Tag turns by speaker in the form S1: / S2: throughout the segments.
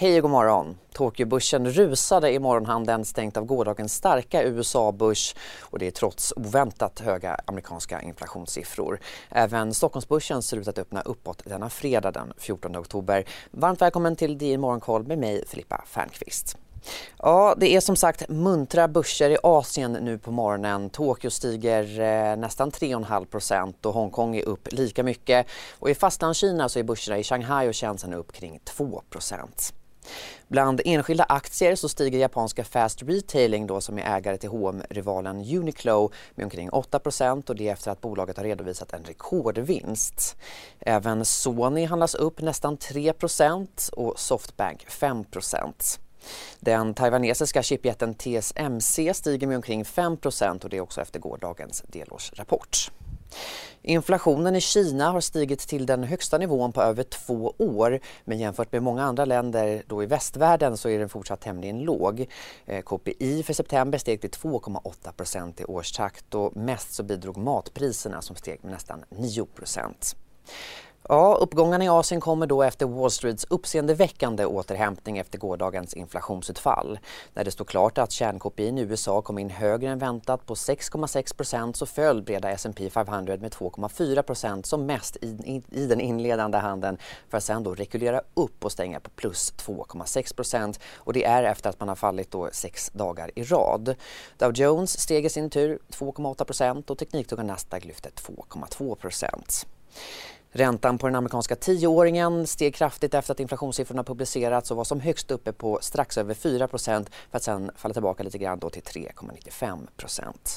S1: Hej och god morgon. Tokyobörsen rusade i morgonhandeln stängt av gårdagens starka USA-börs och det är trots oväntat höga amerikanska inflationssiffror. Även Stockholmsbörsen ser ut att öppna uppåt denna fredag den 14 oktober. Varmt välkommen till DI Morgonkoll med mig Filippa Fernqvist. Ja, det är som sagt muntra börser i Asien nu på morgonen. Tokyo stiger nästan 3,5% och Hongkong är upp lika mycket. Och i fastlandskina så är börserna i Shanghai och Shenzhen upp kring 2%. Bland enskilda aktier så stiger japanska Fast Retailing då, som är ägare till H&M-rivalen Uniqlo med omkring 8% och det efter att bolaget har redovisat en rekordvinst. Även Sony handlas upp nästan 3% och Softbank 5%. Den taiwanesiska chipjätten TSMC stiger med omkring 5% och det är också efter gårdagens delårsrapport. Inflationen i Kina har stigit till den högsta nivån på över 2 år, men jämfört med många andra länder då i västvärlden så är den fortsatt tämligen låg. KPI för september steg till 2,8% i årstakt och mest så bidrog matpriserna som steg med nästan 9%. Ja, uppgångarna i Asien kommer då efter Wall Streets uppseendeväckande återhämtning efter gårdagens inflationsutfall. När det stod klart att kärn-KPI i USA kom in högre än väntat på 6,6% så föll breda S&P 500 med 2,4% som mest i den inledande handeln för att sedan då rekulera upp och stänga på plus 2,6%. Och det är efter att man har fallit då 6 dagar i rad. Dow Jones steg i sin tur 2,8% och tekniktunga Nasdaq lyfte 2,2%. Räntan på den amerikanska 10-åringen steg kraftigt efter att inflationssiffrorna publicerats och var som högst uppe på strax över 4% för att sedan falla tillbaka lite grann då till 3,95%.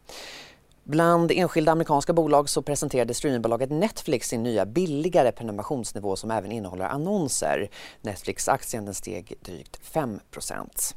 S1: Bland enskilda amerikanska bolag så presenterade streamingbolaget Netflix sin nya billigare prenumerationsnivå som även innehåller annonser. Netflix-aktien den steg drygt 5%.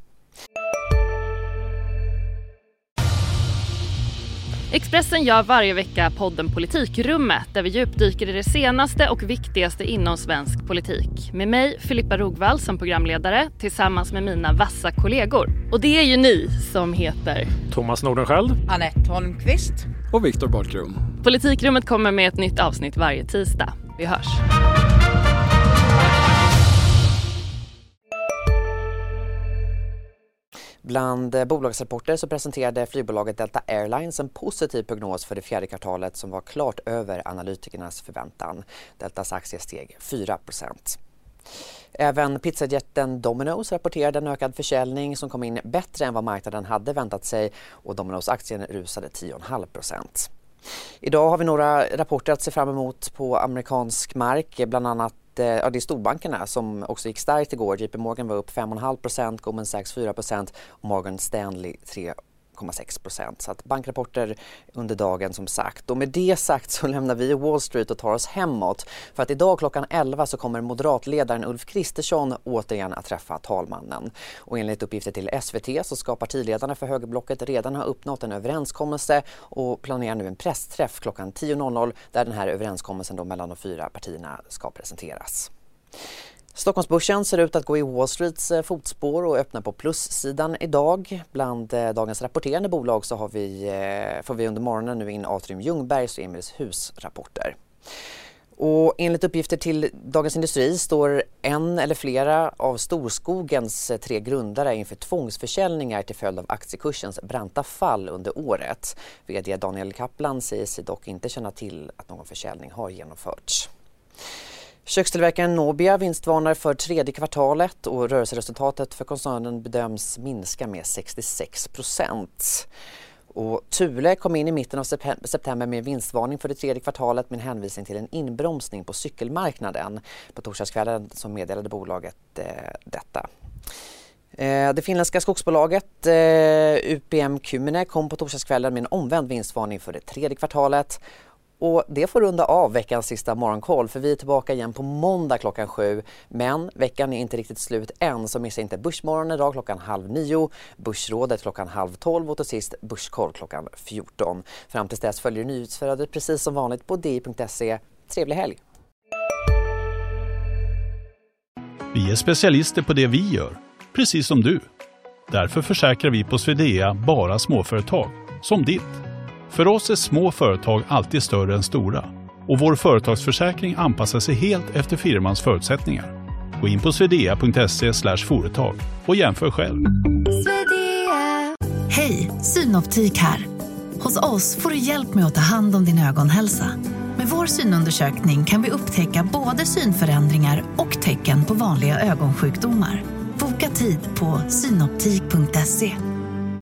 S2: Expressen gör varje vecka podden Politikrummet där vi djupdyker i det senaste och viktigaste inom svensk politik. Med mig, Filippa Rogvall, som programledare tillsammans med mina vassa kollegor. Och det är ju ni som heter
S3: Thomas Nordenskjöld,
S4: Anette Holmqvist
S5: och Viktor Bartkron.
S2: Politikrummet kommer med ett nytt avsnitt varje tisdag. Vi hörs.
S1: Bland bolagsrapporter så presenterade flygbolaget Delta Airlines en positiv prognos för det fjärde kvartalet som var klart över analytikernas förväntan. Deltas aktie steg 4%. Även pizzajätten Domino's rapporterade en ökad försäljning som kom in bättre än vad marknaden hade väntat sig och Domino's-aktien rusade 10,5%. Idag har vi några rapporter att se fram emot på amerikansk mark, bland annat det är storbankerna som också gick starkt igår. JP Morgan var upp 5,5%, Goldman Sachs 4% och Morgan Stanley 3,6%. Så att bankrapporter under dagen som sagt. Och med det sagt så lämnar vi Wall Street och tar oss hemåt. För att idag klockan 11 så kommer moderatledaren Ulf Kristersson återigen att träffa talmannen. Och enligt uppgifter till SVT så ska partiledarna för högerblocket redan ha uppnått en överenskommelse och planerar nu en pressträff klockan 10.00 där den här överenskommelsen då mellan de 4 partierna ska presenteras. Stockholmsbörsen ser ut att gå i Wall Streets fotspår och öppna på plussidan idag. Bland dagens rapporterande bolag så får vi under morgonen nu in Atrium Ljungbergs och Emilshus rapporter. Och enligt uppgifter till Dagens Industri står en eller flera av Storskogens 3 grundare inför tvångsförsäljningar till följd av aktiekursens branta fall under året. VD Daniel Kaplan säger sig dock inte känna till att någon försäljning har genomförts. Kökstillverkaren Nobia vinstvarnar för 3:e kvartalet och rörelseresultatet för koncernen bedöms minska med 66%. Och Thule kom in i mitten av september med vinstvarning för det 3:e kvartalet med en hänvisning till en inbromsning på cykelmarknaden. På torsdagskvällen så meddelade bolaget detta. Det finländska skogsbolaget UPM Kymmene kom på torsdagskvällen med en omvänd vinstvarning för det 3:e kvartalet. Och det får runda av veckans sista morgonkoll för vi är tillbaka igen på måndag klockan 7. Men veckan är inte riktigt slut än så missa inte Börsmorgon idag klockan 8:30, Börsrådet klockan 11:30 och till sist Börskoll klockan 14. Fram tills dess följer nyhetsflödet precis som vanligt på di.se. Trevlig helg!
S6: Vi är specialister på det vi gör, precis som du. Därför försäkrar vi på Swedea bara småföretag, som ditt. För oss är små företag alltid större än stora och vår företagsförsäkring anpassar sig helt efter firmans förutsättningar. Gå in på swedea.se/företag och jämför själv.
S3: Hej, Synoptik här. Hos oss får du hjälp med att ta hand om din ögonhälsa. Med vår synundersökning kan vi upptäcka både synförändringar och tecken på vanliga ögonsjukdomar. Boka tid på synoptik.se.